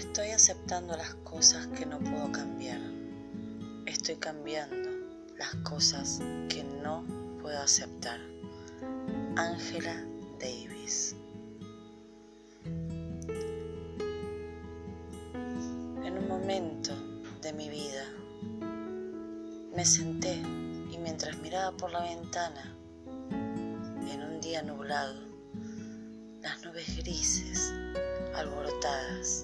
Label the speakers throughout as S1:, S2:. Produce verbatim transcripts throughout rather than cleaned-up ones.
S1: Estoy aceptando las cosas que no puedo cambiar. Estoy cambiando las cosas que no puedo aceptar. Angela Davis. En un momento de mi vida me senté y mientras miraba por la ventana, en un día nublado, las nubes grises, alborotadas,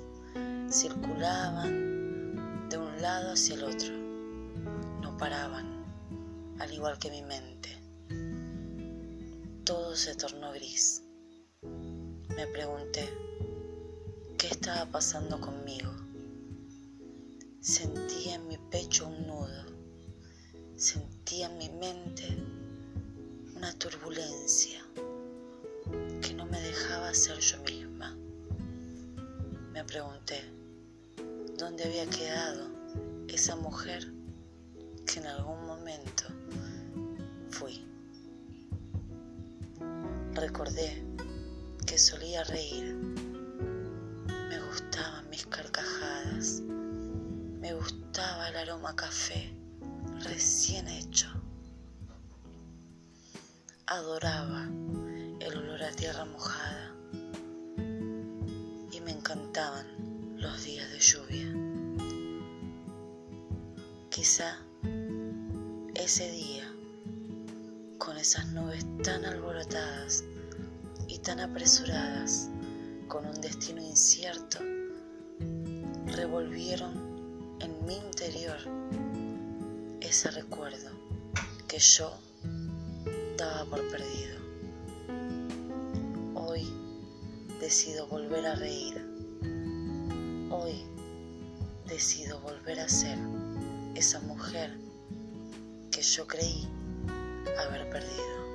S1: circulaban de un lado hacia el otro, no paraban, al igual que mi mente. Todo se tornó gris. Me pregunté, ¿qué estaba pasando conmigo? Sentía en mi pecho un nudo, sentía en mi mente una turbulencia que no me dejaba ser yo misma. Me pregunté, ¿dónde había quedado esa mujer que en algún momento fui? Recordé que solía reír, me gustaban mis carcajadas, me gustaba el aroma a café recién hecho, adoraba el olor a tierra mojada y me encantaban los días de lluvia. Quizá ese día, con esas nubes tan alborotadas y tan apresuradas, con un destino incierto, revolvieron en mi interior ese recuerdo que yo daba por perdido. Hoy decido volver a reír. Hoy decido volver a ser esa mujer que yo creí haber perdido.